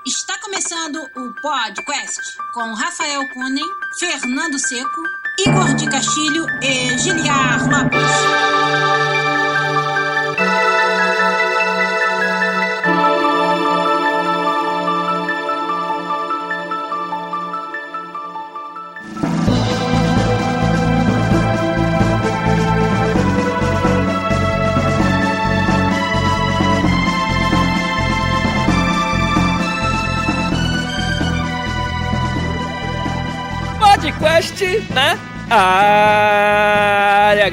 Está começando o podcast com Rafael Kunen, Fernando Seco, Igor de Castilho e Giliar Lopes. Podcast na área,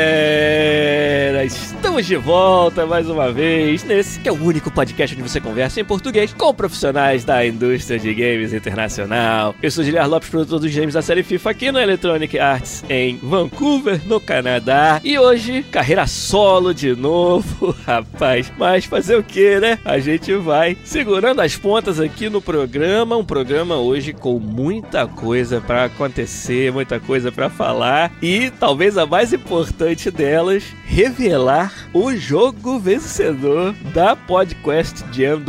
galera! Estamos de volta mais uma vez nesse que é o único podcast onde você conversa em português com profissionais da indústria de games internacional. Eu sou Giliar Lopes, produtor dos games da série FIFA aqui no Electronic Arts em Vancouver, no Canadá. E hoje, carreira solo de novo, rapaz. Mas fazer o que, né? A gente vai segurando as pontas aqui no programa. Um programa hoje com muita coisa pra acontecer, muita coisa pra falar. E talvez a mais importante delas, revelar o jogo vencedor da Podcast Jam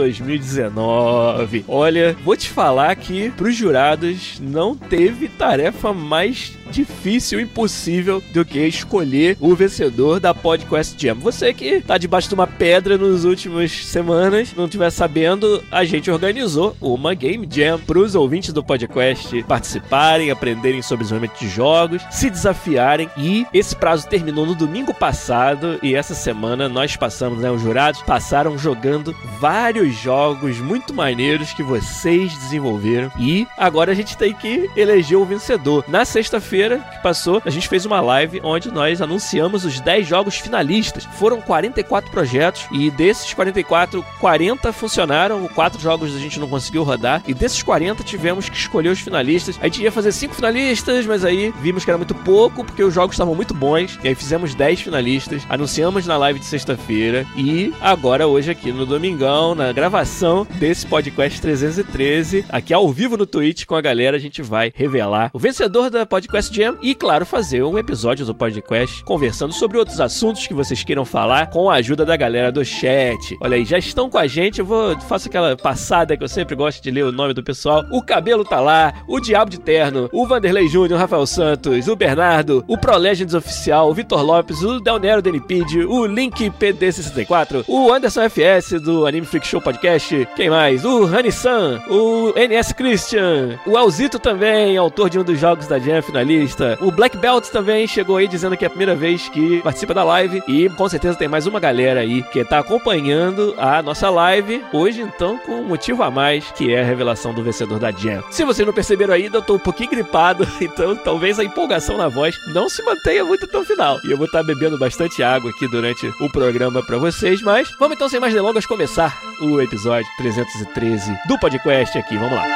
2019. Olha, vou te falar que pros jurados não teve tarefa mais difícil, impossível do que escolher o vencedor da Podcast Jam. Você que tá debaixo de uma pedra nas últimas semanas, não estiver sabendo, a gente organizou uma Game Jam pros ouvintes do podcast participarem, aprenderem sobre desenvolvimento de jogos, se desafiarem, e esse prazo terminou no domingo passado e essa semana nós passamos, os jurados passaram jogando vários jogos muito maneiros que vocês desenvolveram e agora a gente tem que eleger o vencedor. Na sexta-feira que passou, a gente fez uma live onde nós anunciamos os 10 jogos finalistas. Foram 44 projetos e desses 44, 40 funcionaram, 4 jogos a gente não conseguiu rodar e desses 40 tivemos que escolher os finalistas. A gente ia fazer 5 finalistas, mas aí vimos que era muito pouco porque os jogos estavam muito bons e aí fizemos 10 finalistas, anunciamos na live de sexta-feira e agora hoje aqui no domingão, na gravação desse podcast 313, aqui ao vivo no Twitch com a galera, a gente vai revelar o vencedor da Podcast Jam e, claro, fazer um episódio do podcast conversando sobre outros assuntos que vocês queiram falar com a ajuda da galera do chat. Olha aí, já estão com a gente, faço aquela passada que eu sempre gosto de ler o nome do pessoal. O Cabelo tá lá, o Diabo de Terno, o Vanderlei Júnior, o Rafael Santos, o Bernardo, o Pro Legends Oficial, o Vitor Lopes, o Del Nero Denipid, o Link PD64, o Anderson FS do Anime Freak Show Podcast, quem mais? O Rani-san, o NS Christian, o Alzito também, autor de um dos jogos da Jam finalista, o Black Belt também chegou aí dizendo que é a primeira vez que participa da live e com certeza tem mais uma galera aí que tá acompanhando a nossa live hoje, então com um motivo a mais, que é a revelação do vencedor da Jam. Se vocês não perceberam ainda, eu tô um pouquinho gripado, então talvez a empolgação na voz não se mantenha muito até o final e eu vou estar bebendo bastante água aqui durante o programa pra vocês, mas vamos então sem mais delongas começar o episódio 313 do podcast aqui, vamos lá.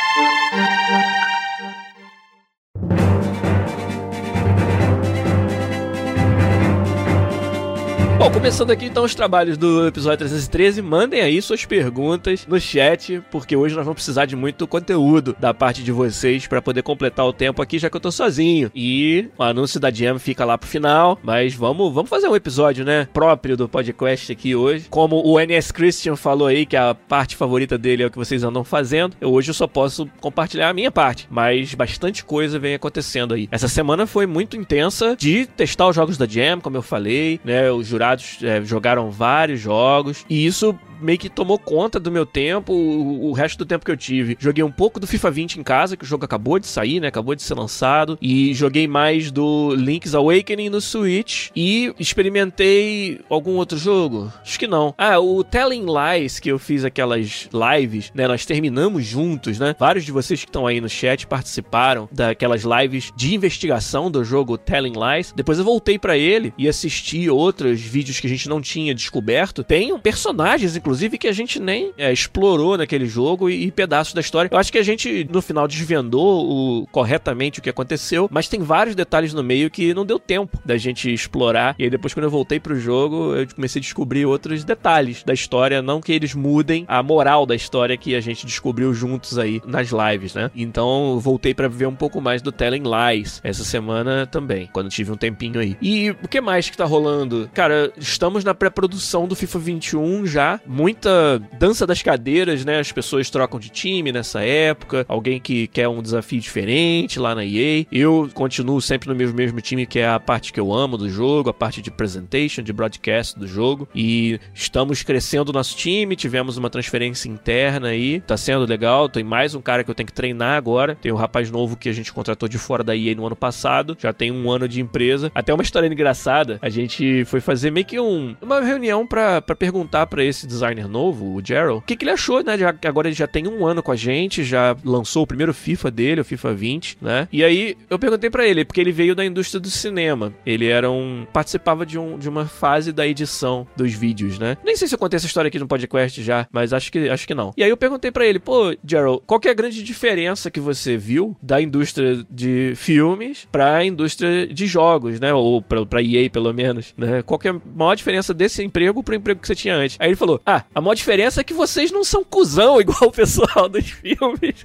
Bom, começando aqui então os trabalhos do episódio 313, mandem aí suas perguntas no chat, porque hoje nós vamos precisar de muito conteúdo da parte de vocês pra poder completar o tempo aqui, já que eu tô sozinho. E o anúncio da Jam fica lá pro final, mas vamos fazer um episódio, né, próprio do podcast aqui hoje. Como o NS Christian falou aí, que a parte favorita dele é o que vocês andam fazendo, hoje eu só posso compartilhar a minha parte, mas bastante coisa vem acontecendo aí. Essa semana foi muito intensa de testar os jogos da Jam, como eu falei, né, os jurados jogaram vários jogos e isso meio que tomou conta do meu tempo. O resto do tempo que eu tive, joguei um pouco do FIFA 20 em casa, que o jogo acabou de sair, né, acabou de ser lançado, e joguei mais do Link's Awakening no Switch e experimentei algum outro jogo? Acho que não. O Telling Lies, que eu fiz aquelas lives, né, nós terminamos juntos, né, vários de vocês que estão aí no chat participaram daquelas lives de investigação do jogo Telling Lies. Depois eu voltei pra ele e assisti outros vídeos que a gente não tinha descoberto. Tem personagens, inclusive, que a gente nem explorou naquele jogo e pedaços da história. Eu acho que a gente, no final, desvendou corretamente o que aconteceu, mas tem vários detalhes no meio que não deu tempo da gente explorar. E aí depois, quando eu voltei pro jogo, eu comecei a descobrir outros detalhes da história, não que eles mudem a moral da história que a gente descobriu juntos aí nas lives, né? Então, eu voltei pra ver um pouco mais do Telling Lies essa semana também, quando tive um tempinho aí. E o que mais que tá rolando? Cara, estamos na pré-produção do FIFA 21 já, muita dança das cadeiras, né? As pessoas trocam de time nessa época, alguém que quer um desafio diferente lá na EA. Eu continuo sempre no mesmo time, que é a parte que eu amo do jogo, a parte de presentation, de broadcast do jogo, e estamos crescendo o nosso time, tivemos uma transferência interna aí, tá sendo legal, tem mais um cara que eu tenho que treinar agora, tem um rapaz novo que a gente contratou de fora da EA no ano passado, já tem 1 ano de empresa. Até uma história engraçada, a gente foi fazer meio que uma reunião pra perguntar pra esse designer novo, o Gerald, o que ele achou, né, agora ele já tem 1 ano com a gente, já lançou o primeiro FIFA dele, o FIFA 20, né, e aí eu perguntei pra ele, porque ele veio da indústria do cinema, ele participava de uma fase da edição dos vídeos, né, nem sei se eu contei essa história aqui no podcast já, mas acho que não. E aí eu perguntei pra ele, pô, Gerald, qual que é a grande diferença que você viu da indústria de filmes pra indústria de jogos, né, ou pra EA pelo menos, né, qual que é a maior diferença desse emprego pro emprego que você tinha antes? Aí ele falou, a maior diferença é que vocês não são cuzão igual o pessoal dos filmes.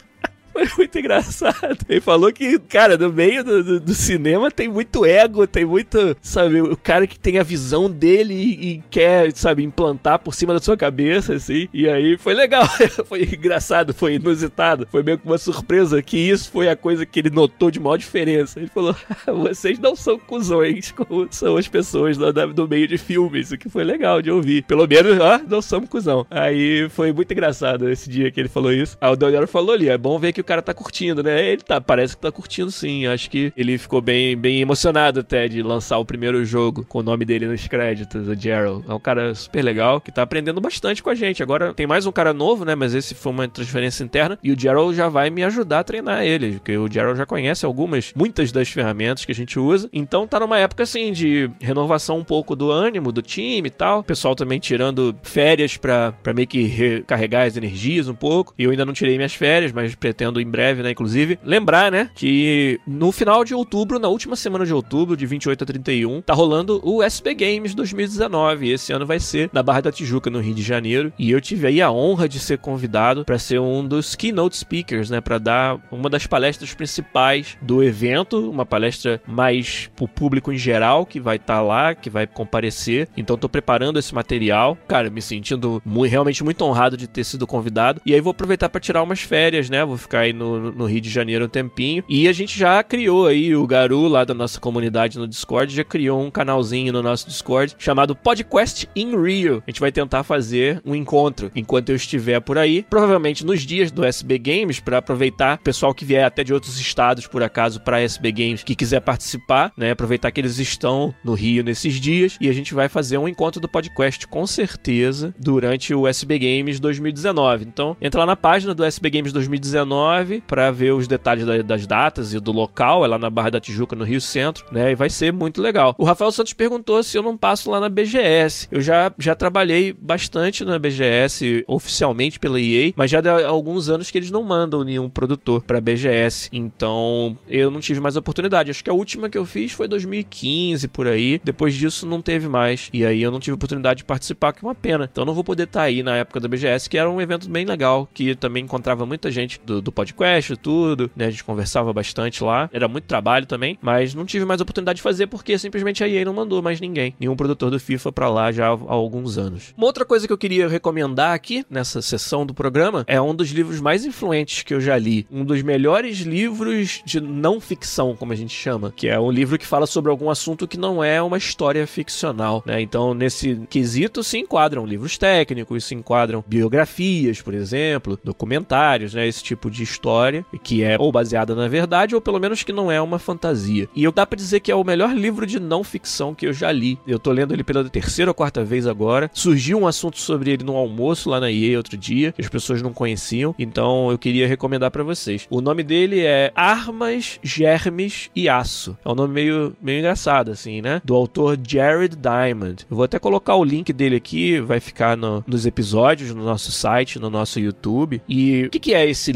Foi muito engraçado. Ele falou que, cara, no meio do cinema tem muito ego, tem muito, sabe, o cara que tem a visão dele e quer, sabe, implantar por cima da sua cabeça, assim. E aí foi legal, foi engraçado, foi inusitado, foi meio que uma surpresa que isso foi a coisa que ele notou de maior diferença. Ele falou, vocês não são cuzões como são as pessoas do meio de filmes, o que foi legal de ouvir. Pelo menos, não somos cuzão. Aí foi muito engraçado esse dia que ele falou isso. Aí o Daniel falou ali, é bom ver que o cara tá curtindo, né? Ele parece que tá curtindo sim. Acho que ele ficou bem emocionado até de lançar o primeiro jogo com o nome dele nos créditos, o Gerald. É um cara super legal que tá aprendendo bastante com a gente. Agora tem mais um cara novo, né? Mas esse foi uma transferência interna e o Gerald já vai me ajudar a treinar ele, porque o Gerald já conhece muitas das ferramentas que a gente usa. Então tá numa época assim de renovação um pouco do ânimo do time e tal. O pessoal também tirando férias pra meio que recarregar as energias um pouco. E eu ainda não tirei minhas férias, mas pretendo em breve, né, inclusive, lembrar, né, que no final de outubro, na última semana de outubro, de 28 a 31, tá rolando o SB Games 2019, esse ano vai ser na Barra da Tijuca, no Rio de Janeiro, e eu tive aí a honra de ser convidado para ser um dos keynote speakers, né, para dar uma das palestras principais do evento, uma palestra mais pro público em geral, que vai estar lá, que vai comparecer, então tô preparando esse material, cara, me sentindo realmente muito honrado de ter sido convidado, e aí vou aproveitar para tirar umas férias, né, vou ficar aí no Rio de Janeiro um tempinho, e a gente já criou aí, o Garu lá da nossa comunidade no Discord já criou um canalzinho no nosso Discord chamado Podcast in Rio. A gente vai tentar fazer um encontro enquanto eu estiver por aí, provavelmente nos dias do SB Games, para aproveitar o pessoal que vier até de outros estados por acaso para SB Games, que quiser participar, né, aproveitar que eles estão no Rio nesses dias, e a gente vai fazer um encontro do podcast com certeza durante o SB Games 2019. Então entra lá na página do SB Games 2019 para ver os detalhes das datas e do local, é lá na Barra da Tijuca, no Rio Centro, né, e vai ser muito legal. O Rafael Santos perguntou se eu não passo lá na BGS. Eu já trabalhei bastante na BGS, oficialmente pela EA, mas já há alguns anos que eles não mandam nenhum produtor pra BGS, então eu não tive mais oportunidade. Acho que a última que eu fiz foi 2015, por aí, depois disso não teve mais, e aí eu não tive oportunidade de participar, que é uma pena. Então não vou poder estar aí na época da BGS, que era um evento bem legal, que também encontrava muita gente do podcast, tudo, né, a gente conversava bastante lá, era muito trabalho também, mas não tive mais oportunidade de fazer porque simplesmente a EA não mandou mais nenhum produtor do FIFA pra lá já há alguns anos. Uma outra coisa que eu queria recomendar aqui, nessa sessão do programa, é um dos livros mais influentes que eu já li, um dos melhores livros de não ficção, como a gente chama, que é um livro que fala sobre algum assunto que não é uma história ficcional, né, então nesse quesito se enquadram livros técnicos, se enquadram biografias, por exemplo, documentários, né, esse tipo de história, que é ou baseada na verdade, ou pelo menos que não é uma fantasia. E dá pra dizer que é o melhor livro de não ficção que eu já li. Eu tô lendo ele pela 3ª ou 4ª vez agora. Surgiu um assunto sobre ele no almoço lá na EA outro dia, que as pessoas não conheciam, então eu queria recomendar pra vocês. O nome dele é Armas, Germes e Aço. É um nome meio engraçado, assim, né? Do autor Jared Diamond. Eu vou até colocar o link dele aqui, vai ficar nos episódios, no nosso site, no nosso YouTube. E o que é esse livro, né?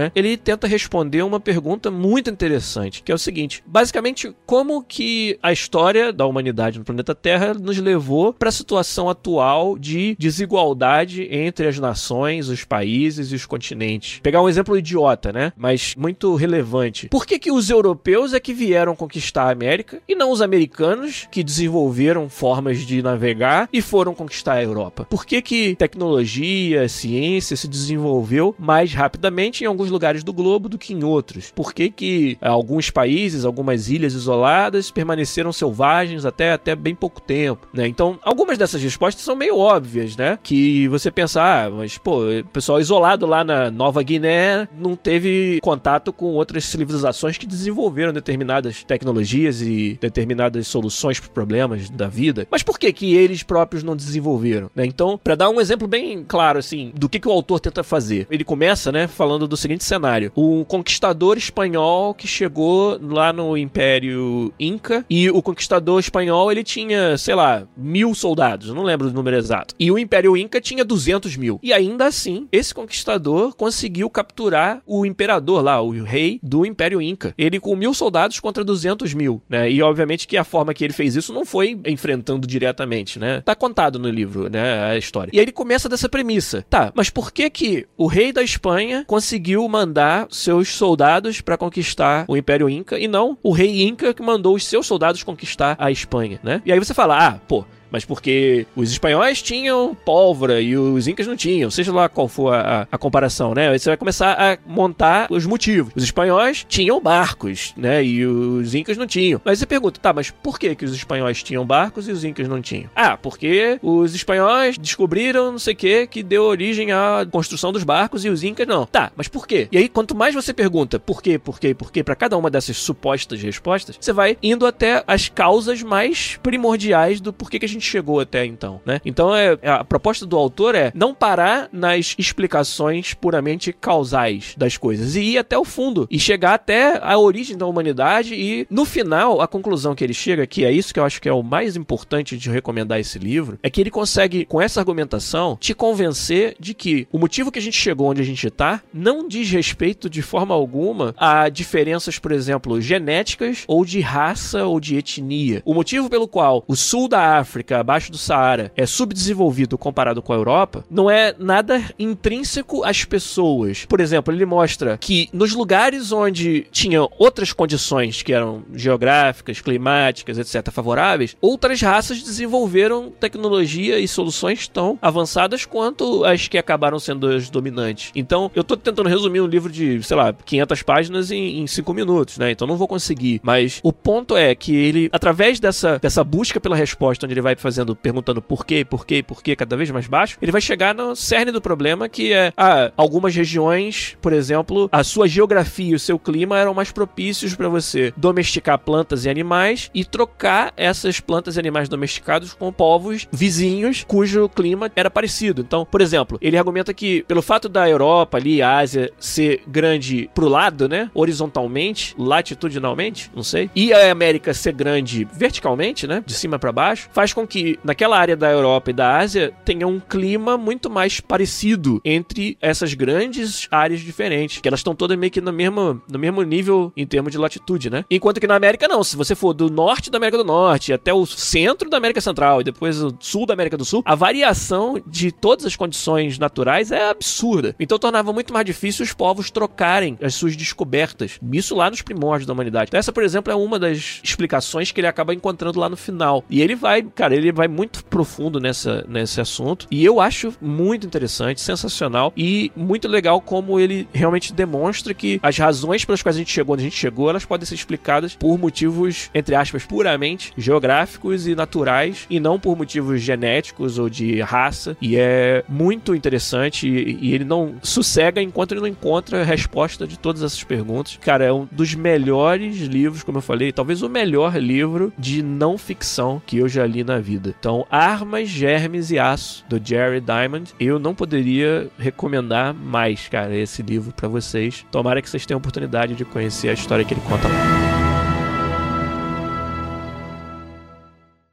né, ele tenta responder uma pergunta muito interessante, que é o seguinte: basicamente, como que a história da humanidade no planeta Terra nos levou para a situação atual de desigualdade entre as nações, os países e os continentes? Pegar um exemplo idiota, né, mas muito relevante. Por que os europeus é que vieram conquistar a América e não os americanos, que desenvolveram formas de navegar e foram conquistar a Europa? Por que tecnologia, ciência se desenvolveu mais rapidamente em alguns lugares do globo do que em outros? Por que alguns países, algumas ilhas isoladas permaneceram selvagens até bem pouco tempo, né? Então, algumas dessas respostas são meio óbvias, né? Que você pensa, mas pô, o pessoal isolado lá na Nova Guiné não teve contato com outras civilizações que desenvolveram determinadas tecnologias e determinadas soluções para problemas da vida. Mas por que eles próprios não desenvolveram, né? Então, para dar um exemplo bem claro, assim, do que o autor tenta fazer, ele começa, né, falando do seguinte cenário: um conquistador espanhol que chegou lá no Império Inca, e o conquistador espanhol, ele tinha, sei lá, 1000 soldados, eu não lembro o número exato, e o Império Inca tinha 200 mil, e ainda assim, esse conquistador conseguiu capturar o imperador lá, o rei do Império Inca, ele com 1000 soldados contra 200 mil, né, e obviamente que a forma que ele fez isso não foi enfrentando diretamente, né, tá contado no livro, né, a história. E aí ele começa dessa premissa: tá, mas por que o rei da Espanha conseguiu mandar seus soldados para conquistar o Império Inca e não o rei Inca que mandou os seus soldados conquistar a Espanha, né? E aí você fala, mas porque os espanhóis tinham pólvora e os incas não tinham, seja lá qual for a comparação, né? Aí você vai começar a montar os motivos. Os espanhóis tinham barcos, né? E os incas não tinham. Mas você pergunta, tá, mas por que os espanhóis tinham barcos e os incas não tinham? Porque os espanhóis descobriram não sei o que deu origem à construção dos barcos e os incas não. Tá, mas por quê? E aí, quanto mais você pergunta por quê, pra cada uma dessas supostas respostas, você vai indo até as causas mais primordiais do porquê que a gente chegou até então, né? Então a proposta do autor é não parar nas explicações puramente causais das coisas e ir até o fundo e chegar até a origem da humanidade e, no final, a conclusão que ele chega, que é isso que eu acho que é o mais importante de recomendar esse livro, é que ele consegue, com essa argumentação, te convencer de que o motivo que a gente chegou onde a gente tá não diz respeito de forma alguma a diferenças, por exemplo, genéticas ou de raça ou de etnia. O motivo pelo qual o sul da África, abaixo do Saara, é subdesenvolvido comparado com a Europa, não é nada intrínseco às pessoas. Por exemplo, ele mostra que nos lugares onde tinha outras condições que eram geográficas, climáticas, etc., favoráveis, outras raças desenvolveram tecnologia e soluções tão avançadas quanto as que acabaram sendo as dominantes. Então, eu tô tentando resumir um livro de, sei lá, 500 páginas em 5 minutos, né? Então não vou conseguir. Mas o ponto é que ele, através dessa busca pela resposta, onde ele vai perguntando por quê, cada vez mais baixo, ele vai chegar no cerne do problema, que é, algumas regiões, por exemplo, a sua geografia e o seu clima eram mais propícios para você domesticar plantas e animais e trocar essas plantas e animais domesticados com povos vizinhos cujo clima era parecido. Então, por exemplo, ele argumenta que pelo fato da Europa ali, a Ásia, ser grande pro lado, né, horizontalmente, latitudinalmente, não sei, e a América ser grande verticalmente, né, de cima para baixo, faz com que naquela área da Europa e da Ásia tenha um clima muito mais parecido entre essas grandes áreas diferentes, que elas estão todas meio que no mesmo nível em termos de latitude, né? Enquanto que na América não, se você for do norte da América do Norte até o centro da América Central e depois o sul da América do Sul, a variação de todas as condições naturais é absurda. Então tornava muito mais difícil os povos trocarem as suas descobertas. Isso lá nos primórdios da humanidade. Então essa, por exemplo, é uma das explicações que ele acaba encontrando lá no final. E ele vai muito profundo nesse assunto, e eu acho muito interessante, sensacional e muito legal como ele realmente demonstra que as razões pelas quais a gente chegou onde a gente chegou, elas podem ser explicadas por motivos, entre aspas, puramente geográficos e naturais, e não por motivos genéticos ou de raça, e é muito interessante, e ele não sossega enquanto ele não encontra a resposta de todas essas perguntas. Cara, é um dos melhores livros, como eu falei, talvez o melhor livro de não ficção que eu já li na vida. Então, Armas, Germes e Aço, do Jerry Diamond, eu não poderia recomendar mais, cara, esse livro pra vocês. Tomara que vocês tenham a oportunidade de conhecer a história que ele conta lá.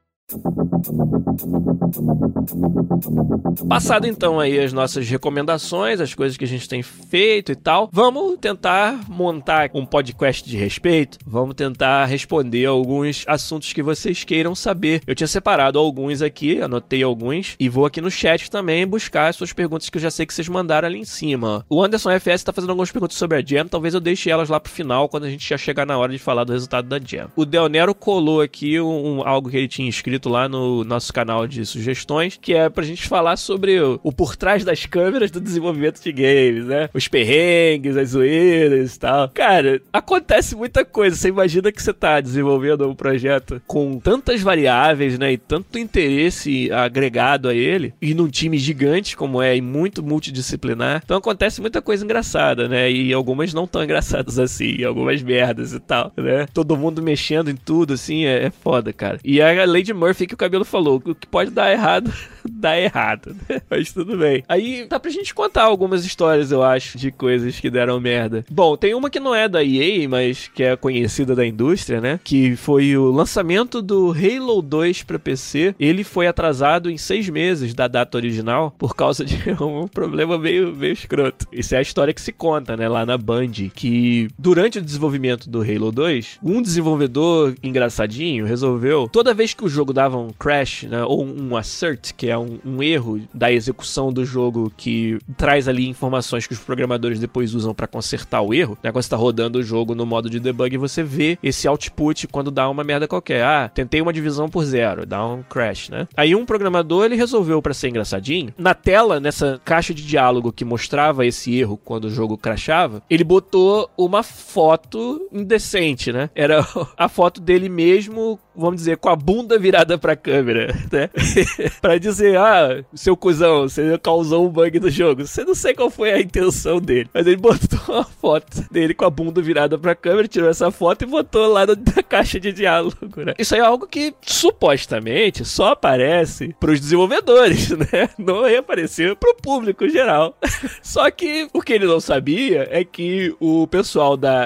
Passado então aí as nossas recomendações, as coisas que a gente tem feito e tal, vamos tentar montar um podcast de respeito, vamos tentar responder alguns assuntos que vocês queiram saber. Eu tinha separado alguns aqui, anotei alguns, e vou aqui no chat também buscar as suas perguntas que eu já sei que vocês mandaram ali em cima. O Anderson FS tá fazendo algumas perguntas sobre a Jam, talvez eu deixe elas lá pro final, quando a gente já chegar na hora de falar do resultado da Jam. O Del Nero colou aqui algo que ele tinha escrito lá no nosso canal de sugestões, que é pra gente falar sobre o por trás das câmeras do desenvolvimento de games, né? Os perrengues, as zoeiras e tal. Cara, acontece muita coisa. Você imagina que você tá desenvolvendo um projeto com tantas variáveis, né? E tanto interesse agregado a ele, e num time gigante como é, e muito multidisciplinar. Então acontece muita coisa engraçada, né? E algumas não tão engraçadas assim, algumas merdas e tal, né? Todo mundo mexendo em tudo, assim, é foda, cara. E a Lady Murphy que o Cabelo falou, o que pode dar errado, dá errado, né? Mas tudo bem. Aí dá pra gente contar algumas histórias, eu acho, de coisas que deram merda. Bom, tem uma que não é da EA, mas que é conhecida da indústria, né? Que foi o lançamento do Halo 2 pra PC. Ele foi atrasado em 6 meses da data original por causa de um problema meio escroto. Isso é a história que se conta, né? Lá na Band, que durante o desenvolvimento do Halo 2, um desenvolvedor engraçadinho resolveu, toda vez que o jogo dava um crash, né? Ou um assert, que é um erro da execução do jogo que traz ali informações que os programadores depois usam pra consertar o erro, né? Quando você tá rodando o jogo no modo de debug, você vê esse output quando dá uma merda qualquer. Ah, tentei uma divisão por 0, dá um crash, né? Aí um programador, ele resolveu, pra ser engraçadinho, na tela, nessa caixa de diálogo que mostrava esse erro quando o jogo crashava, ele botou uma foto indecente, né? Era a foto dele mesmo, vamos dizer, com a bunda virada pra câmera, né? Pra dizer, seu cuzão, você causou um bug do jogo. Você não sei qual foi a intenção dele, mas ele botou uma foto dele com a bunda virada pra câmera, tirou essa foto e botou lá na caixa de diálogo, né? Isso aí é algo que, supostamente, só aparece pros desenvolvedores, né? Não ia aparecer pro público geral. Só que o que ele não sabia é que o pessoal da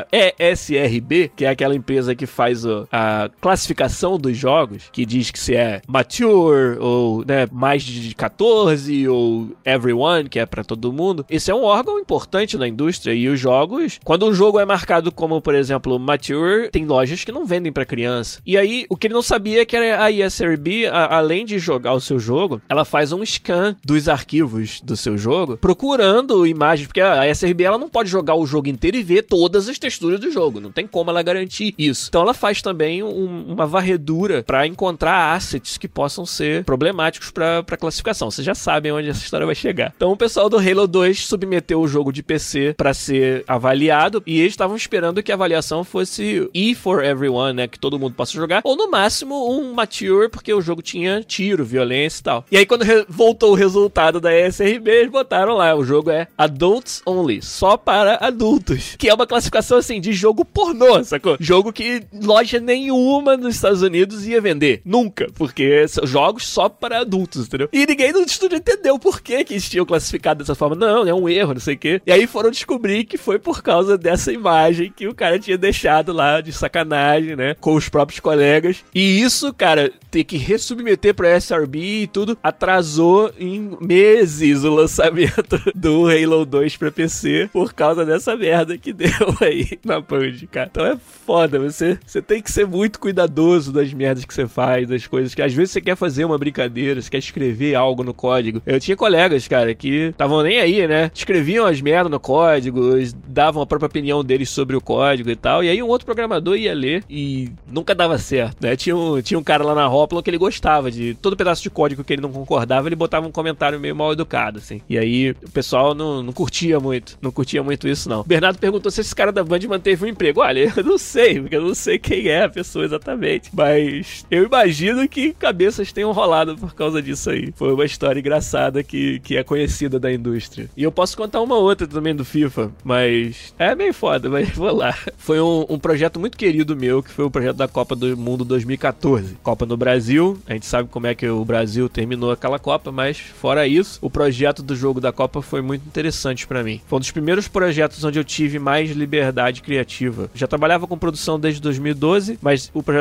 ESRB, que é aquela empresa que faz a classificação dos jogos, que diz que se é mature, ou, né, mais de 14, ou everyone, que é pra todo mundo. Esse é um órgão importante na indústria, e os jogos, quando um jogo é marcado como, por exemplo, mature, tem lojas que não vendem pra criança. E aí, o que ele não sabia é que a ESRB, além de jogar o seu jogo, ela faz um scan dos arquivos do seu jogo, procurando imagens, porque a ESRB, ela não pode jogar o jogo inteiro e ver todas as texturas do jogo, não tem como ela garantir isso. Então ela faz também uma varredura pra encontrar assets que possam ser problemáticos pra classificação. Vocês já sabem onde essa história vai chegar. Então o pessoal do Halo 2 submeteu o jogo de PC pra ser avaliado, e eles estavam esperando que a avaliação fosse E for everyone, né, que todo mundo possa jogar, ou no máximo um mature, porque o jogo tinha tiro, violência e tal. E aí quando voltou o resultado da ESRB, eles botaram lá, o jogo é Adults Only, só para adultos, que é uma classificação assim de jogo pornô, sacou? Jogo que loja nenhuma nos Estados Unidos ia vender, nunca, porque são jogos só para adultos, entendeu? E ninguém no estúdio entendeu por que eles tinham classificado dessa forma. Não, é um erro, não sei o quê. E aí foram descobrir que foi por causa dessa imagem que o cara tinha deixado lá de sacanagem, né, com os próprios colegas. E isso, cara, ter que ressubmeter pra SRB e tudo, atrasou em meses o lançamento do Halo 2 pra PC por causa dessa merda que deu aí na Band, cara. Então é foda, você tem que ser muito cuidadoso das merdas que você faz, das coisas que às vezes você quer fazer uma brincadeira, você quer escrever algo no código. Eu tinha colegas, cara, que estavam nem aí, né? Escreviam as merdas no código, davam a própria opinião deles sobre o código e tal, e aí um outro programador ia ler e nunca dava certo, né? Tinha um cara lá na Hoplon que ele gostava de todo pedaço de código que ele não concordava, ele botava um comentário meio mal educado, assim. E aí o pessoal não curtia muito, isso não. O Bernardo perguntou se esse cara da Band manteve um emprego. Olha, eu não sei, porque eu não sei quem é a pessoa exatamente, mas eu imagino que cabeças tenham rolado por causa disso aí. Foi uma história engraçada que é conhecida da indústria. E eu posso contar uma outra também do FIFA, mas é meio foda, mas vou lá. Foi um projeto muito querido meu, que foi o projeto da Copa do Mundo 2014. Copa no Brasil, a gente sabe como é que o Brasil terminou aquela Copa, mas fora isso, o projeto do jogo da Copa foi muito interessante pra mim. Foi um dos primeiros projetos onde eu tive mais liberdade criativa. Já trabalhava com produção desde 2012, mas o projeto 2014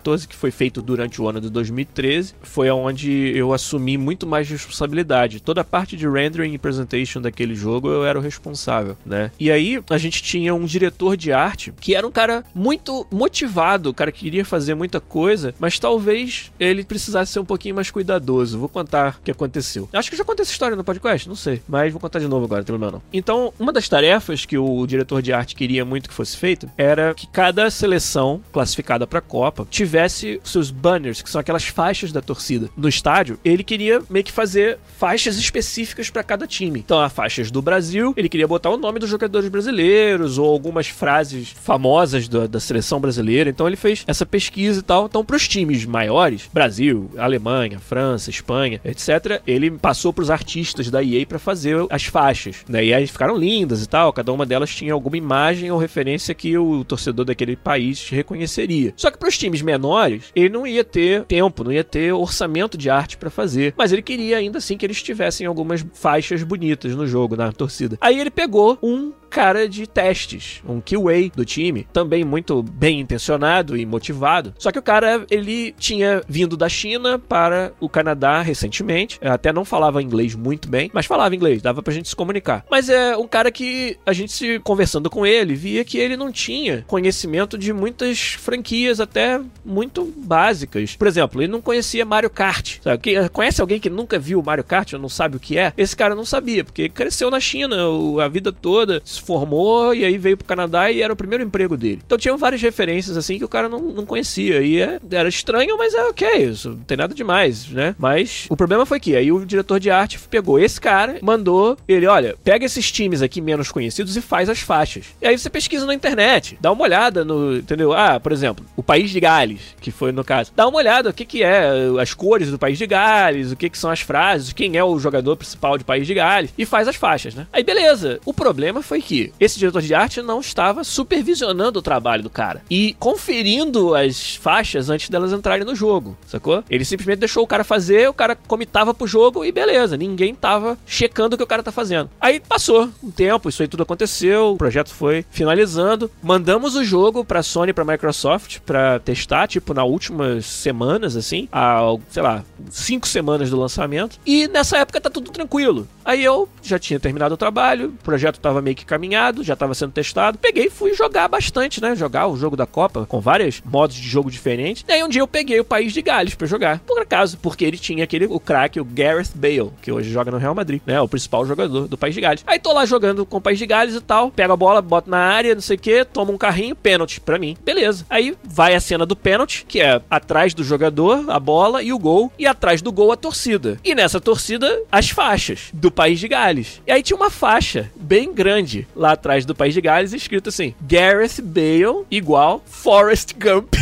2014, que foi feito durante o ano de 2013, foi onde eu assumi muito mais responsabilidade. Toda a parte de rendering e presentation daquele jogo eu era o responsável, né? E aí a gente tinha um diretor de arte que era um cara muito motivado, o cara queria fazer muita coisa, mas talvez ele precisasse ser um pouquinho mais cuidadoso. Vou contar o que aconteceu. Acho que eu já contei essa história no podcast, não sei, mas vou contar de novo agora, não tem problema não. Então, uma das tarefas que o diretor de arte queria muito que fosse feita era que cada seleção classificada pra Copa tivesse seus banners, que são aquelas faixas da torcida. No estádio, ele queria meio que fazer faixas específicas pra cada time. Então, as faixas do Brasil, ele queria botar o nome dos jogadores brasileiros ou algumas frases famosas da seleção brasileira. Então, ele fez essa pesquisa e tal. Então, pros times maiores, Brasil, Alemanha, França, Espanha, etc., ele passou pros artistas da EA pra fazer as faixas, né? E aí ficaram lindas e tal, cada uma delas tinha alguma imagem ou referência que o torcedor daquele país reconheceria. Só que pros times menores, ele não ia ter tempo, não ia ter orçamento de arte pra fazer, mas ele queria ainda assim que eles tivessem algumas faixas bonitas no jogo, na torcida. Aí ele pegou um cara de testes, um QA do time, também muito bem intencionado e motivado. Só que o cara, ele tinha vindo da China para o Canadá recentemente, até não falava inglês muito bem, mas falava inglês, dava pra gente se comunicar. Mas é um cara que a gente se conversando com ele, via que ele não tinha conhecimento de muitas franquias até muito básicas. Por exemplo, ele não conhecia Mario Kart, sabe? Conhece alguém que nunca viu Mario Kart ou não sabe o que é? Esse cara não sabia, porque cresceu na China a vida toda, se formou e aí veio pro Canadá e era o primeiro emprego dele. Então tinham várias referências assim que o cara não conhecia e era estranho, mas é ok, isso não tem nada demais, né? Mas o problema foi que aí o diretor de arte pegou esse cara, mandou ele, olha, pega esses times aqui menos conhecidos e faz as faixas. E aí você pesquisa na internet, dá uma olhada no, entendeu? Por exemplo, o País de Gales, que foi no caso. Dá uma olhada o que é as cores do País de Gales, o que são as frases, quem é o jogador principal de País de Gales e faz as faixas, né? Aí beleza. O problema foi que esse diretor de arte não estava supervisionando o trabalho do cara e conferindo as faixas antes delas entrarem no jogo, sacou? Ele simplesmente deixou o cara fazer, o cara comitava pro jogo e beleza, ninguém tava checando o que o cara tá fazendo. Aí passou um tempo, isso aí tudo aconteceu, o projeto foi finalizando, mandamos o jogo pra Sony e pra Microsoft pra testar, tipo, nas últimas semanas, assim, sei lá, 5 semanas do lançamento, e nessa época tá tudo tranquilo. Aí eu já tinha terminado o trabalho, o projeto tava meio que caminhado, já tava sendo testado, peguei e fui jogar bastante, né, jogar o jogo da Copa, com vários modos de jogo diferentes, e aí um dia eu peguei o País de Gales pra jogar, por acaso, porque ele tinha o craque, o Gareth Bale, que hoje joga no Real Madrid, né, o principal jogador do País de Gales. Aí tô lá jogando com o País de Gales e tal, pego a bola, boto na área, não sei o que, tomo um carrinho, pênalti pra mim, beleza. Aí vai a cena do pênalti, que é atrás do jogador, a bola e o gol, e atrás do gol a torcida. E nessa torcida, as faixas do País de Gales. E aí tinha uma faixa bem grande lá atrás do País de Gales, escrito assim, Gareth Bale igual Forrest Gump.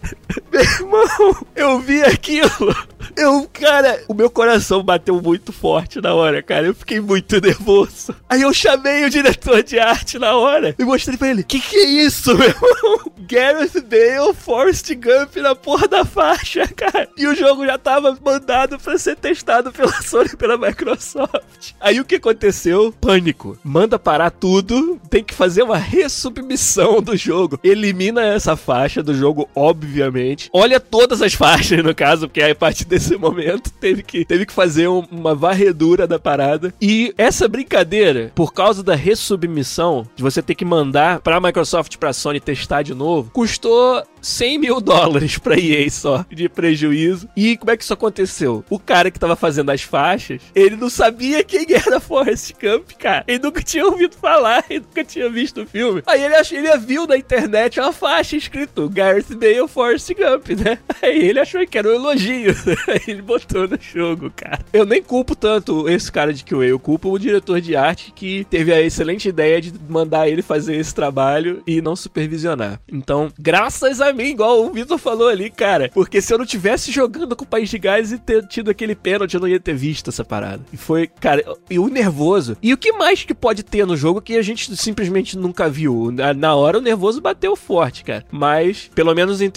Meu irmão, eu vi aquilo. Cara, o meu coração bateu muito forte na hora, cara. Eu fiquei muito nervoso. Aí eu chamei o diretor de arte na hora e mostrei pra ele: que é isso, meu irmão? Gareth Bale, Forrest Gump na porra da faixa, cara. E o jogo já tava mandado pra ser testado pela Sony e pela Microsoft. Aí o que aconteceu? Pânico. Manda parar tudo. Tem que fazer uma ressubmissão do jogo. Elimina essa faixa do jogo, obviamente. Olha todas as faixas, no caso, porque a partir desse momento teve que fazer uma varredura da parada. E essa brincadeira, por causa da ressubmissão, de você ter que mandar pra Microsoft e pra Sony testar de novo, custou $100 mil pra EA só, de prejuízo. E como é que isso aconteceu? O cara que tava fazendo as faixas, ele não sabia quem era Forrest Gump, cara. Ele nunca tinha ouvido falar, ele nunca tinha visto o filme. Aí ele viu na internet uma faixa escrito Gareth Bale, Forrest Gump, né? Aí ele achou que era um elogio. Aí ele botou no jogo, cara. Eu nem culpo tanto esse cara de QA, eu culpo o diretor de arte que teve a excelente ideia de mandar ele fazer esse trabalho e não supervisionar. Então, graças a mim, igual o Vitor falou ali, cara, porque se eu não tivesse jogando com o País de Gales e ter tido aquele pênalti, eu não ia ter visto essa parada. E foi, cara, e o nervoso. E o que mais que pode ter no jogo que a gente simplesmente nunca viu? Na hora o nervoso bateu forte, cara. Mas, pelo menos em termos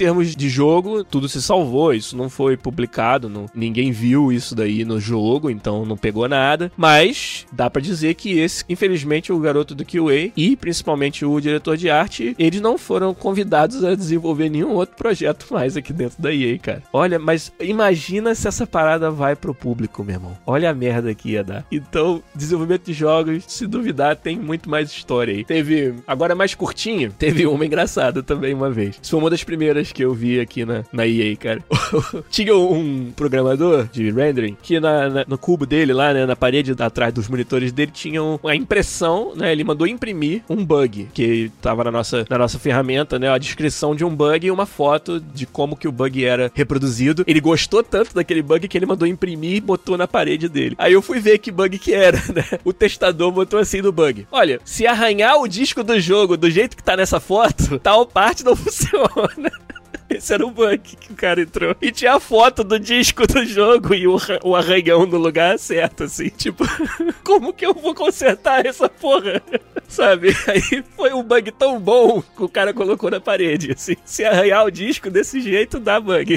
de jogo, tudo se salvou, isso não foi publicado, ninguém viu isso daí no jogo, então não pegou nada, mas dá pra dizer que esse, infelizmente, o garoto do QA e principalmente o diretor de arte, eles não foram convidados a desenvolver nenhum outro projeto mais aqui dentro da EA, cara. Olha, mas imagina se essa parada vai pro público, meu irmão. Olha a merda que ia dar. Então, desenvolvimento de jogos, se duvidar, tem muito mais história aí. Teve, agora mais curtinho, teve uma engraçada também uma vez. Isso foi uma das primeiras que eu vi aqui na EA, cara. Tinha um programador de rendering que no cubo dele lá, né, na parede atrás dos monitores dele, tinha uma impressão, né, ele mandou imprimir um bug que tava na nossa ferramenta, né, a descrição de um bug e uma foto de como que o bug era reproduzido. Ele gostou tanto daquele bug que ele mandou imprimir e botou na parede dele. Aí eu fui ver que bug que era, né? O testador botou assim no bug: olha, se arranhar o disco do jogo do jeito que tá nessa foto, tal parte não funciona. Esse era o bug que o cara entrou. E tinha a foto do disco do jogo e o arranhão no lugar certo, assim. Tipo, como que eu vou consertar essa porra? Sabe? Aí foi um bug tão bom que o cara colocou na parede, assim. Se arranhar o disco desse jeito, dá bug.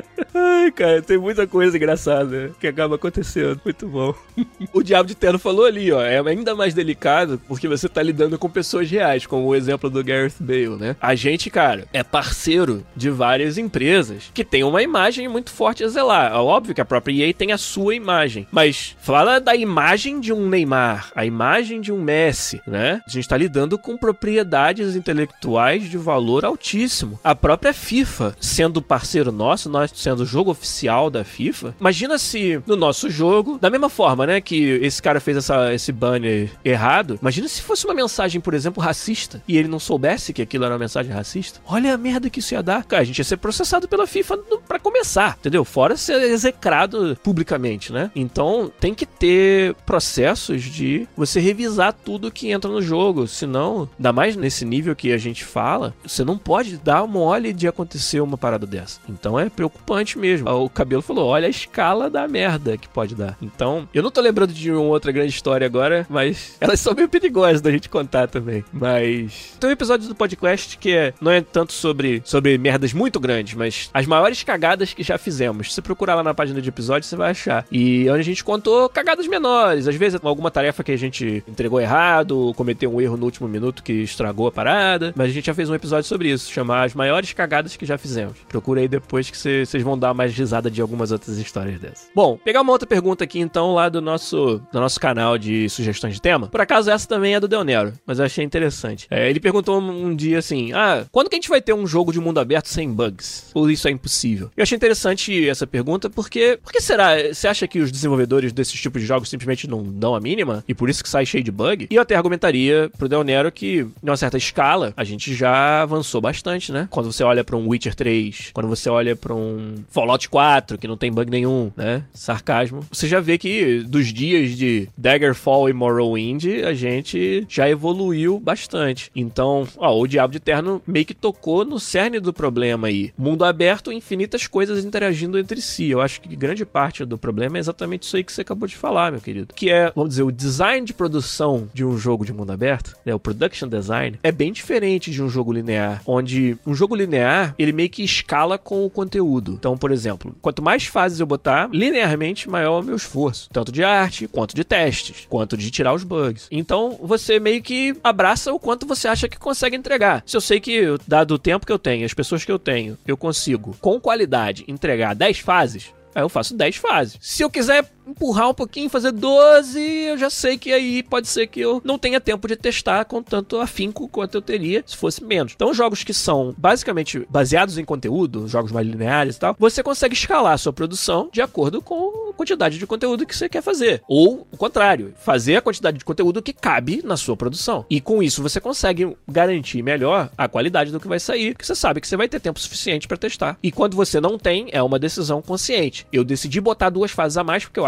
Ai, cara, tem muita coisa engraçada que acaba acontecendo. Muito bom. O Diabo de Terno falou ali, ó, é ainda mais delicado porque você tá lidando com pessoas reais, como o exemplo do Gareth Bale, né? A gente, cara, é parceiro de várias empresas que tem uma imagem muito forte a zelar. É óbvio que a própria EA tem a sua imagem, mas fala da imagem de um Neymar, a imagem de um Messi, né? A gente tá lidando com propriedades intelectuais de valor altíssimo. A própria FIFA, sendo parceiro nosso, nós sendo o jogo oficial da FIFA, imagina se no nosso jogo, da mesma forma, né, que esse cara fez esse banner errado, imagina se fosse uma mensagem, por exemplo, racista, e ele não soubesse que aquilo era uma mensagem racista. Olha a merda que isso ia dar. Cara, a gente ia ser processado pela FIFA pra começar, entendeu? Fora ser execrado publicamente, né? Então, tem que ter processos de você revisar tudo que entra no jogo, senão, ainda mais nesse nível que a gente fala, você não pode dar mole de acontecer uma parada dessa. Então, é preocupante mesmo. O Cabelo falou, olha a escala da merda que pode dar. Então, eu não tô lembrando de uma outra grande história agora, mas elas são meio perigosas da gente contar também. Mas tem um episódio do podcast que não é tanto sobre merdas muito grandes, mas as maiores cagadas que já fizemos. Se você procurar lá na página de episódio, você vai achar. E onde a gente contou cagadas menores. Às vezes alguma tarefa que a gente entregou errado, cometeu um erro no último minuto que estragou a parada. Mas a gente já fez um episódio sobre isso, chamar as maiores cagadas que já fizemos. Procura aí depois que vocês vão dar mais risada de algumas outras histórias dessas. Bom, pegar uma outra pergunta aqui então lá do nosso canal de sugestões de tema. Por acaso essa também é do Del Nero, mas eu achei interessante. Ele perguntou um dia assim, quando que a gente vai ter um jogo de mundo aberto sem bugs? Ou isso é impossível? Eu achei interessante essa pergunta porque... Por que será? Você acha que os desenvolvedores desses tipos de jogos simplesmente não dão a mínima? E por isso que sai cheio de bug? E eu até argumentaria pro Del Nero que, em uma certa escala, a gente já avançou bastante, né? Quando você olha pra um Witcher 3, quando você olha pra um Fallout 4, que não tem bug nenhum, né? Sarcasmo. Você já vê que dos dias de Daggerfall e Morrowind, a gente já evoluiu bastante. Então, o Diabo de Terno meio que tocou no cerne do problema aí. Mundo aberto, infinitas coisas interagindo entre si. Eu acho que grande parte do problema é exatamente isso aí que você acabou de falar, meu querido. Que é, vamos dizer, o design de produção de um jogo de mundo aberto, né? O production design, é bem diferente de um jogo linear, onde um jogo linear, ele meio que escala com o conteúdo. Então, por exemplo, quanto mais fases eu botar, linearmente maior é o meu esforço. Tanto de arte, quanto de testes, quanto de tirar os bugs. Então, você meio que abraça o quanto você acha que consegue entregar. Se eu sei que, dado o tempo que eu tenho, as pessoas que eu tenho, eu consigo, com qualidade, entregar 10 fases, aí eu faço 10 fases. Se eu quiser empurrar um pouquinho, fazer 12, eu já sei que aí pode ser que eu não tenha tempo de testar com tanto afinco quanto eu teria se fosse menos. Então, jogos que são basicamente baseados em conteúdo, jogos mais lineares e tal, você consegue escalar a sua produção de acordo com a quantidade de conteúdo que você quer fazer. Ou, o contrário, fazer a quantidade de conteúdo que cabe na sua produção. E com isso, você consegue garantir melhor a qualidade do que vai sair, porque você sabe que você vai ter tempo suficiente para testar. E quando você não tem, é uma decisão consciente. Eu decidi botar 2 fases a mais porque eu acho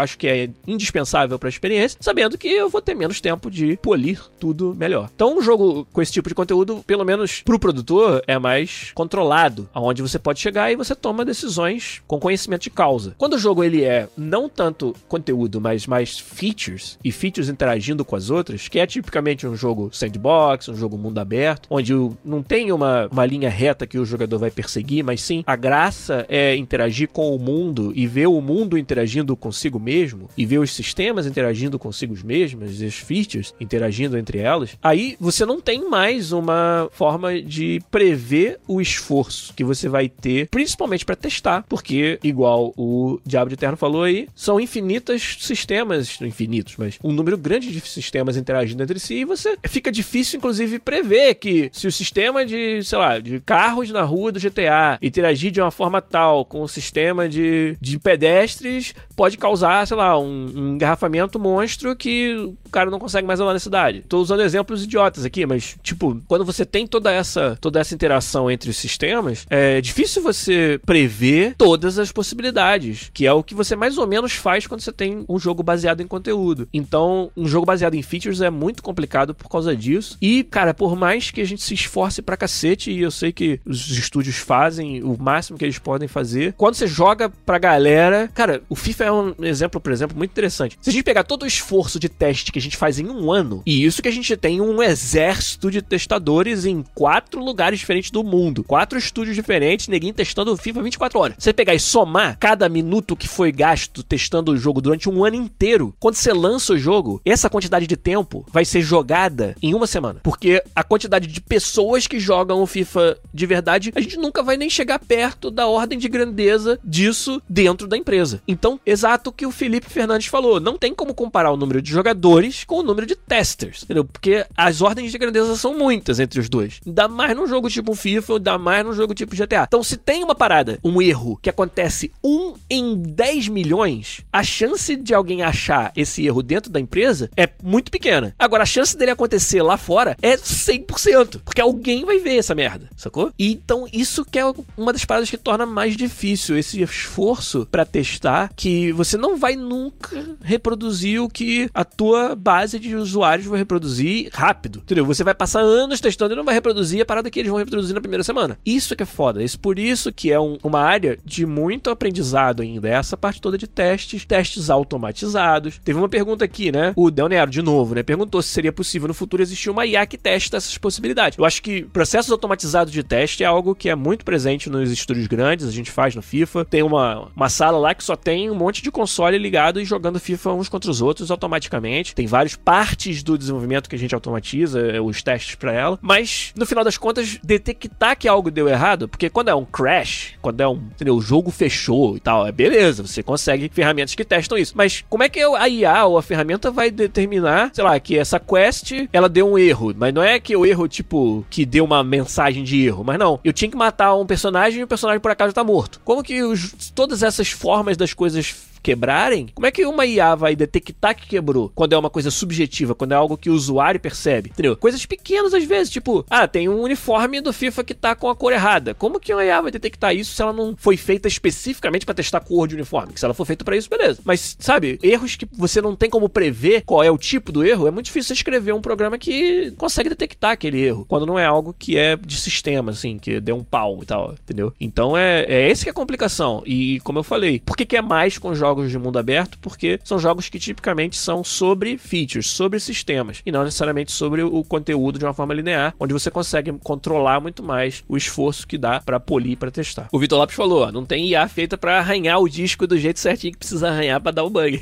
acho que é indispensável pra experiência, sabendo que eu vou ter menos tempo de polir tudo melhor. Então, um jogo com esse tipo de conteúdo, pelo menos pro produtor, é mais controlado, aonde você pode chegar e você toma decisões com conhecimento de causa. Quando o jogo ele é não tanto conteúdo, mas mais features, e features interagindo com as outras, que é tipicamente um jogo sandbox, um jogo mundo aberto, onde não tem uma linha reta que o jogador vai perseguir, mas sim a graça é interagir com o mundo e ver o mundo interagindo consigo mesmo, e ver os sistemas interagindo consigo mesmos, e os features interagindo entre elas, aí você não tem mais uma forma de prever o esforço que você vai ter, principalmente para testar, porque, igual o Diabo de Eterno falou aí, são infinitos sistemas, mas um número grande de sistemas interagindo entre si, e você fica difícil, inclusive, prever que se o sistema de, sei lá, de carros na rua do GTA interagir de uma forma tal com o sistema de pedestres, pode causar, sei lá, um engarrafamento monstro que o cara não consegue mais andar na cidade. Tô usando exemplos idiotas aqui, mas, tipo, quando você tem toda essa interação entre os sistemas, é difícil você prever todas as possibilidades, que é o que você mais ou menos faz quando você tem um jogo baseado em conteúdo. Então, um jogo baseado em features é muito complicado por causa disso. E, cara, por mais que a gente se esforce pra cacete, e eu sei que os estúdios fazem o máximo que eles podem fazer, quando você joga pra galera, cara, o FIFA é um exemplo, por exemplo, muito interessante. Se a gente pegar todo o esforço de teste que a gente faz em um ano, e isso que a gente tem um exército de testadores em 4 lugares diferentes do mundo, 4 estúdios diferentes, ninguém testando o FIFA 24 horas. Você pegar e somar cada minuto que foi gasto testando o jogo durante um ano inteiro, quando você lança o jogo, essa quantidade de tempo vai ser jogada em uma semana. Porque a quantidade de pessoas que jogam o FIFA de verdade, a gente nunca vai nem chegar perto da ordem de grandeza disso dentro da empresa. Então, exato o que o Felipe Fernandes falou, não tem como comparar o número de jogadores com o número de testers, entendeu? Porque as ordens de grandeza são muitas entre os dois. Ainda mais num jogo tipo FIFA, ainda mais num jogo tipo GTA. Então, se tem uma parada, um erro que acontece 1 em 10 milhões, a chance de alguém achar esse erro dentro da empresa é muito pequena. Agora, a chance dele acontecer lá fora é 100%, porque alguém vai ver essa merda, sacou? E então, isso que é uma das paradas que torna mais difícil esse esforço pra testar, que você não vai nunca reproduzir o que a tua base de usuários vai reproduzir rápido, entendeu? Você vai passar anos testando e não vai reproduzir a parada que eles vão reproduzir na primeira semana. Isso que é foda. Por isso que é uma área de muito aprendizado ainda. Essa parte toda de testes automatizados. Teve uma pergunta aqui, né? O Del Nero, de novo, né? Perguntou se seria possível no futuro existir uma IA que testa essas possibilidades. Eu acho que processos automatizados de teste é algo que é muito presente nos estúdios grandes, a gente faz no FIFA. Tem uma sala lá que só tem um monte de console ligado e jogando FIFA uns contra os outros automaticamente. Tem várias partes do desenvolvimento que a gente automatiza, os testes pra ela. Mas, no final das contas, detectar que algo deu errado, porque quando é um crash, quando é entendeu, o jogo fechou e tal, é beleza, você consegue ferramentas que testam isso. Mas como é que a IA ou a ferramenta vai determinar, sei lá, que essa quest, ela deu um erro, mas não é que o erro, tipo, que deu uma mensagem de erro, mas não, eu tinha que matar um personagem e o personagem por acaso tá morto. Como que todas essas formas das coisas quebrarem, como é que uma IA vai detectar que quebrou quando é uma coisa subjetiva, quando é algo que o usuário percebe, entendeu? Coisas pequenas às vezes, tipo, tem um uniforme do FIFA que tá com a cor errada. Como que uma IA vai detectar isso se ela não foi feita especificamente pra testar a cor de uniforme? Que se ela for feita pra isso, beleza. Mas, sabe, erros que você não tem como prever qual é o tipo do erro, é muito difícil você escrever um programa que consegue detectar aquele erro, quando não é algo que é de sistema, assim, que deu um pau e tal, entendeu? Então é esse que é a complicação. E, como eu falei, por que é mais com jogos de mundo aberto? Porque são jogos que tipicamente são sobre features, sobre sistemas, e não necessariamente sobre o conteúdo de uma forma linear, onde você consegue controlar muito mais o esforço que dá pra polir, pra testar. O Vitor Lopes falou, não tem IA feita pra arranhar o disco do jeito certinho que precisa arranhar pra dar o bug.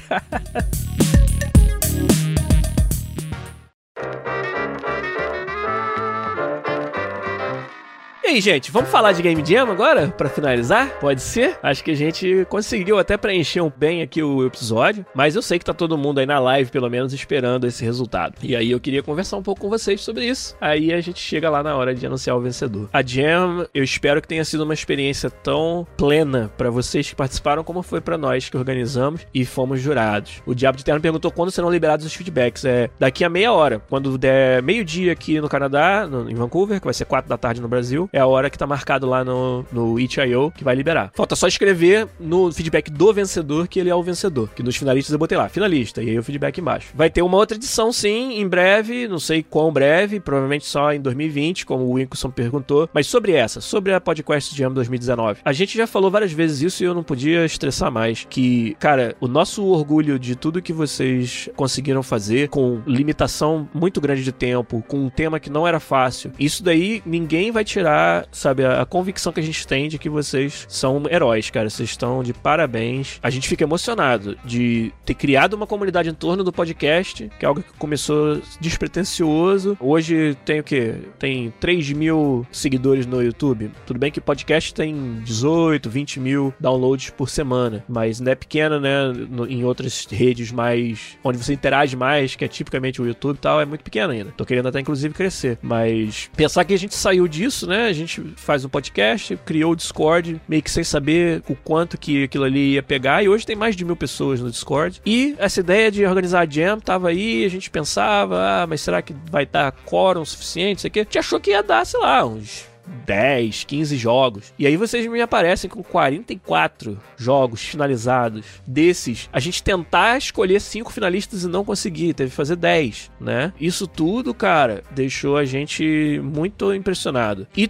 E aí, gente, vamos falar de Game Jam agora, pra finalizar? Pode ser? Acho que a gente conseguiu até preencher bem aqui o episódio, mas eu sei que tá todo mundo aí na live, pelo menos, esperando esse resultado. E aí eu queria conversar um pouco com vocês sobre isso. Aí a gente chega lá na hora de anunciar o vencedor. A Jam, eu espero que tenha sido uma experiência tão plena pra vocês que participaram, como foi pra nós que organizamos e fomos jurados. O Diabo de Eterno perguntou quando serão liberados os feedbacks. Daqui a meia hora. Quando der meio-dia aqui no Canadá, em Vancouver, que vai ser 4 da tarde no Brasil, é a hora que tá marcado lá no itch.io, que vai liberar. Falta só escrever no feedback do vencedor que ele é o vencedor. Que nos finalistas eu botei lá, finalista, e aí o feedback embaixo. Vai ter uma outra edição, sim, em breve, não sei quão breve, provavelmente só em 2020, como o Winkleson perguntou. Mas sobre a PodQuest Jam 2019. A gente já falou várias vezes isso e eu não podia estressar mais. Que, cara, o nosso orgulho de tudo que vocês conseguiram fazer, com limitação muito grande de tempo, com um tema que não era fácil, isso daí ninguém vai tirar, sabe, a convicção que a gente tem de que vocês são heróis, cara. Vocês estão de parabéns. A gente fica emocionado de ter criado uma comunidade em torno do podcast, que é algo que começou despretensioso. Hoje tem o quê? Tem 3 mil seguidores no YouTube. Tudo bem que o podcast tem 18, 20 mil downloads por semana, mas não é pequena, né? Em outras redes mais, onde você interage mais, que é tipicamente o YouTube e tal, é muito pequeno ainda. Tô querendo até, inclusive, crescer. Mas pensar que a gente saiu disso, né? A gente faz um podcast, criou o Discord, meio que sem saber o quanto que aquilo ali ia pegar, e hoje tem mais de 1.000 pessoas no Discord. E essa ideia de organizar a Jam tava aí, a gente pensava, mas será que vai dar quórum suficiente, isso aqui? A gente achou que ia dar, sei lá, uns 10, 15 jogos. E aí vocês me aparecem com 44 jogos finalizados. Desses, a gente tentar escolher 5 finalistas e não conseguir, teve que fazer 10, né? Isso tudo, cara, deixou a gente muito impressionado. E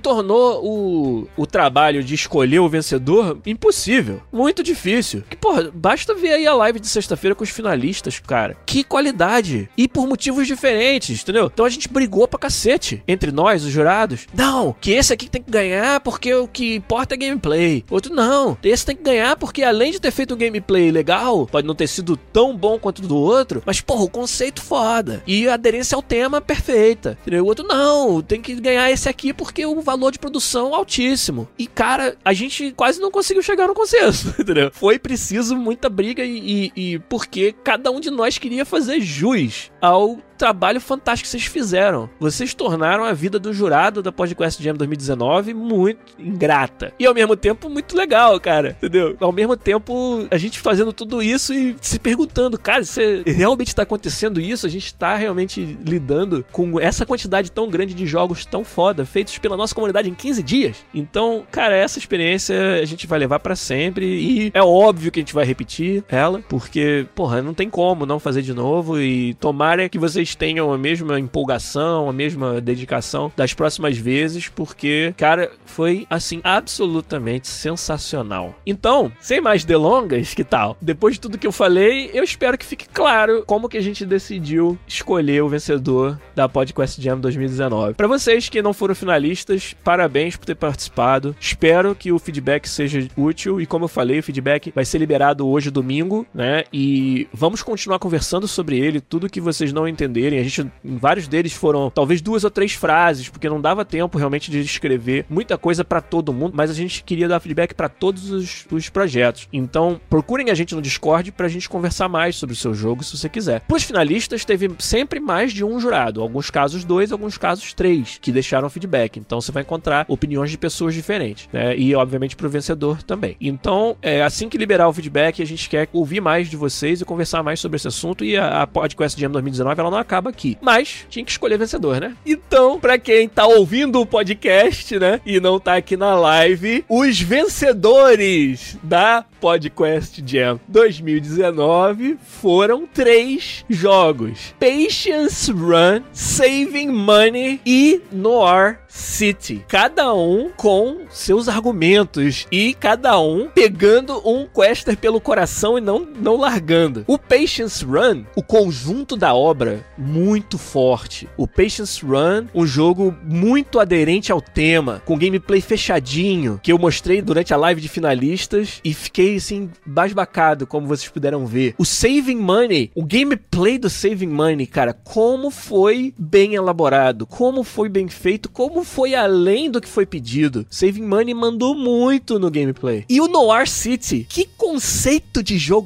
tornou o trabalho de escolher o vencedor impossível. Muito difícil. Que, porra, basta ver aí a live de sexta-feira com os finalistas, cara. Que qualidade! E por motivos diferentes, entendeu? Então a gente brigou pra cacete entre nós, os jurados. Não, que esse aqui tem que ganhar porque o que importa é gameplay. Outro, não. Esse tem que ganhar porque além de ter feito um gameplay legal, pode não ter sido tão bom quanto do outro, mas, porra, o conceito foda. E a aderência ao tema perfeita. Entendeu? O outro, não. Tem que ganhar esse aqui porque o valor de produção é altíssimo. E, cara, a gente quase não conseguiu chegar no consenso, entendeu? Foi preciso muita briga e porque cada um de nós queria fazer jus ao trabalho fantástico que vocês fizeram. Vocês tornaram a vida do jurado da PodQuest Jam 2019 muito ingrata. E ao mesmo tempo muito legal, cara. Entendeu? Ao mesmo tempo, a gente fazendo tudo isso e se perguntando, cara, se realmente tá acontecendo isso? A gente tá realmente lidando com essa quantidade tão grande de jogos tão foda, feitos pela nossa comunidade em 15 dias? Então, cara, essa experiência a gente vai levar pra sempre e é óbvio que a gente vai repetir ela, porque, porra, não tem como não fazer de novo e tomara que vocês tenham a mesma empolgação, a mesma dedicação das próximas vezes, porque, cara, foi, assim, absolutamente sensacional. Então, sem mais delongas, que tal? Depois de tudo que eu falei, eu espero que fique claro como que a gente decidiu escolher o vencedor da PodQuest Jam 2019. Pra vocês que não foram finalistas, parabéns por ter participado. Espero que o feedback seja útil e, como eu falei, o feedback vai ser liberado hoje, domingo, né? E vamos continuar conversando sobre ele, tudo que vocês não entenderem. A gente, vários deles foram talvez 2 ou 3 frases, porque não dava tempo realmente de escrever muita coisa pra todo mundo, mas a gente queria dar feedback pra todos os projetos. Então, procurem a gente no Discord pra gente conversar mais sobre o seu jogo, se você quiser. Pros finalistas, teve sempre mais de um jurado. Alguns casos 2, alguns casos 3, que deixaram feedback. Então, você vai encontrar opiniões de pessoas diferentes, né? E, obviamente, pro vencedor também. Então, assim que liberar o feedback, a gente quer ouvir mais de vocês e conversar mais sobre esse assunto. E a PodQuest Jam 2019, ela não acaba aqui. Mas tinha que escolher vencedor, né? Então, pra quem tá ouvindo o podcast, né, e não tá aqui na live, os vencedores da PodQuest Jam 2019 foram 3 jogos: Patience Run, Saving Money e Noir City. Cada um com seus argumentos e cada um pegando um quester pelo coração e não largando. O Patience Run, o conjunto da obra, muito forte. O Patience Run, um jogo muito aderente ao tema, com gameplay fechadinho, que eu mostrei durante a live de finalistas e fiquei, assim, basbacado, como vocês puderam ver. O Saving Money, o gameplay do Saving Money, cara, como foi bem elaborado, como foi bem feito, como foi além do que foi pedido. Saving Money mandou muito no gameplay. E o Noir City, que conceito de jogo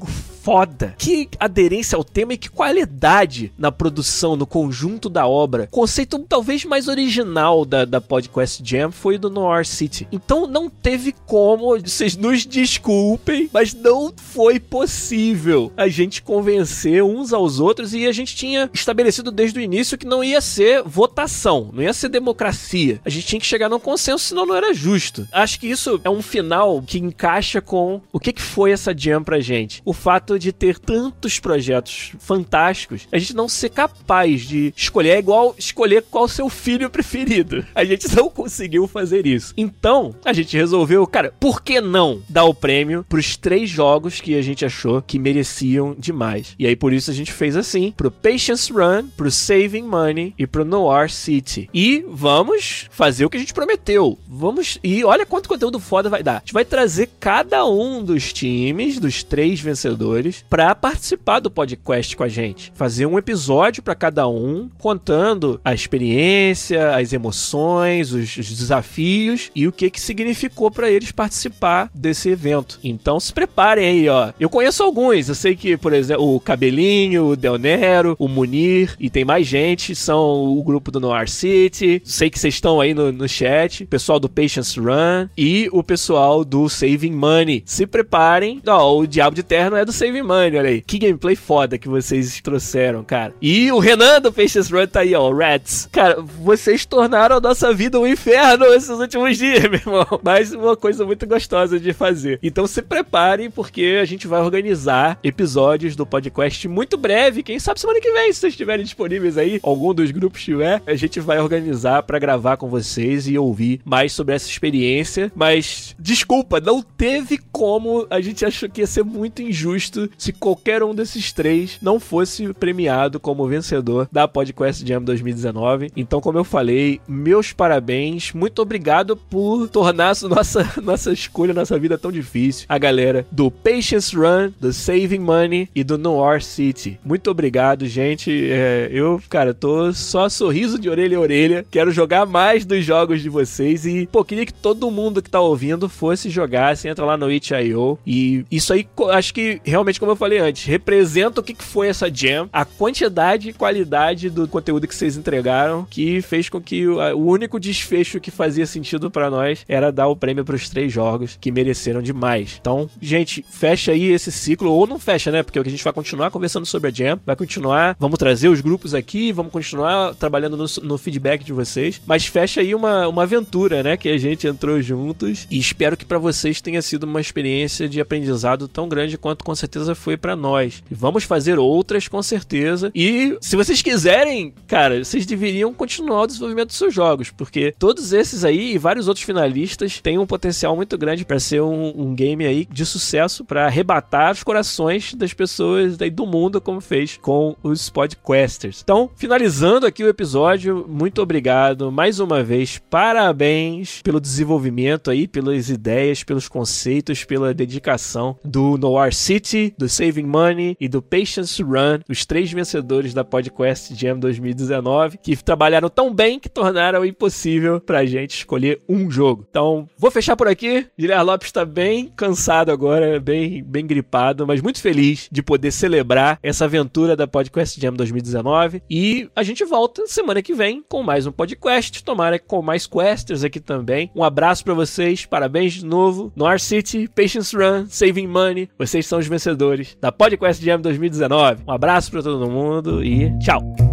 foda, que aderência ao tema e que qualidade na produção, no conjunto da obra. O conceito talvez mais original da PodQuest Jam foi o do Noir City. Então não teve como, vocês nos desculpem, mas não foi possível a gente convencer uns aos outros, e a gente tinha estabelecido desde o início que não ia ser votação, não ia ser democracia. A gente tinha que chegar num consenso, senão não era justo. Acho que isso é um final que encaixa com o que foi essa Jam pra gente. O fato de ter tantos projetos fantásticos, a gente não ser capaz de escolher, é igual escolher qual o seu filho preferido. A gente não conseguiu fazer isso. Então, a gente resolveu, cara, por que não dar o prêmio pros 3 jogos que a gente achou que mereciam demais? E aí, por isso, a gente fez assim, pro Patience Run, pro Saving Money e pro Noir City. E vamos fazer o que a gente prometeu. E olha quanto conteúdo foda vai dar. A gente vai trazer cada um dos times, dos 3 vencedores, pra participar do podcast com a gente. Fazer um episódio pra cada um, contando a experiência, as emoções, os desafios e o que significou pra eles participar desse evento. Então se preparem aí, ó. Eu conheço alguns, eu sei que, por exemplo, o Cabelinho, o Del Nero, o Munir, e tem mais gente, são o grupo do Noir City. Sei que vocês estão aí no chat, o pessoal do Patience Run e o pessoal do Saving Money. Se preparem. Ó, o Diabo de Terno é do Saving Money, olha aí. Que gameplay foda que vocês trouxeram, cara. E o Renan do Patience Run tá aí, ó, Rats. Cara, vocês tornaram a nossa vida um inferno esses últimos dias, meu irmão. Mas uma coisa muito gostosa de fazer. Então se preparem, porque a gente vai organizar episódios do podcast muito breve. Quem sabe semana que vem, se vocês estiverem disponíveis aí, algum dos grupos tiver, a gente vai organizar pra gravar com vocês e ouvir mais sobre essa experiência. Mas, desculpa, não teve como. A gente achou que ia ser muito injusto se qualquer um desses 3 não fosse premiado como vencedor da PodQuest Jam 2019. Então, como eu falei, meus parabéns, muito obrigado por tornar nossa escolha, nossa vida tão difícil. A galera do Patience Run, do Saving Money e do Noir City. Muito obrigado, gente. Eu, cara, tô só sorriso de orelha a orelha. Quero jogar mais dos jogos de vocês e, pô, queria que todo mundo que tá ouvindo fosse jogar. Você entra lá no itch.io e isso aí, acho que realmente, como eu falei antes, representa o que foi essa Jam, a quantidade e qualidade do conteúdo que vocês entregaram, que fez com que o único desfecho que fazia sentido pra nós era dar o prêmio pros 3 jogos que mereceram demais. Então, gente, fecha aí esse ciclo, ou não fecha, né? Porque a gente vai continuar conversando sobre a Jam, vai continuar, vamos trazer os grupos aqui, vamos continuar trabalhando no feedback de vocês, mas fecha aí uma aventura, né? Que a gente entrou juntos e espero que pra vocês tenha sido uma experiência de aprendizado tão grande quanto com certeza foi pra nós. E vamos fazer outras com certeza. E se vocês quiserem, cara, vocês deveriam continuar o desenvolvimento dos seus jogos, porque todos esses aí e vários outros finalistas têm um potencial muito grande para ser um game aí de sucesso, para arrebatar os corações das pessoas daí do mundo, como fez com os podcasters. Então, finalizando aqui o episódio, muito obrigado mais uma vez, parabéns pelo desenvolvimento aí, pelas ideias, pelos conceitos, pela dedicação do Noir City, do Saving Money e do Patience Run, os 3 vencedores da PodQuest Jam 2019, que trabalharam tão bem que tornaram impossível pra gente escolher um jogo. Então, vou fechar por aqui. Guilherme Lopes tá bem cansado agora, bem gripado, mas muito feliz de poder celebrar essa aventura da PodQuest Jam 2019. E a gente volta semana que vem com mais um podcast, tomara com mais questers aqui também. Um abraço pra vocês, parabéns de novo. Noir City, Patience Run, Saving Money, vocês são os vencedores da PodQuest Jam 2019. Um abraço pra todo mundo e tchau!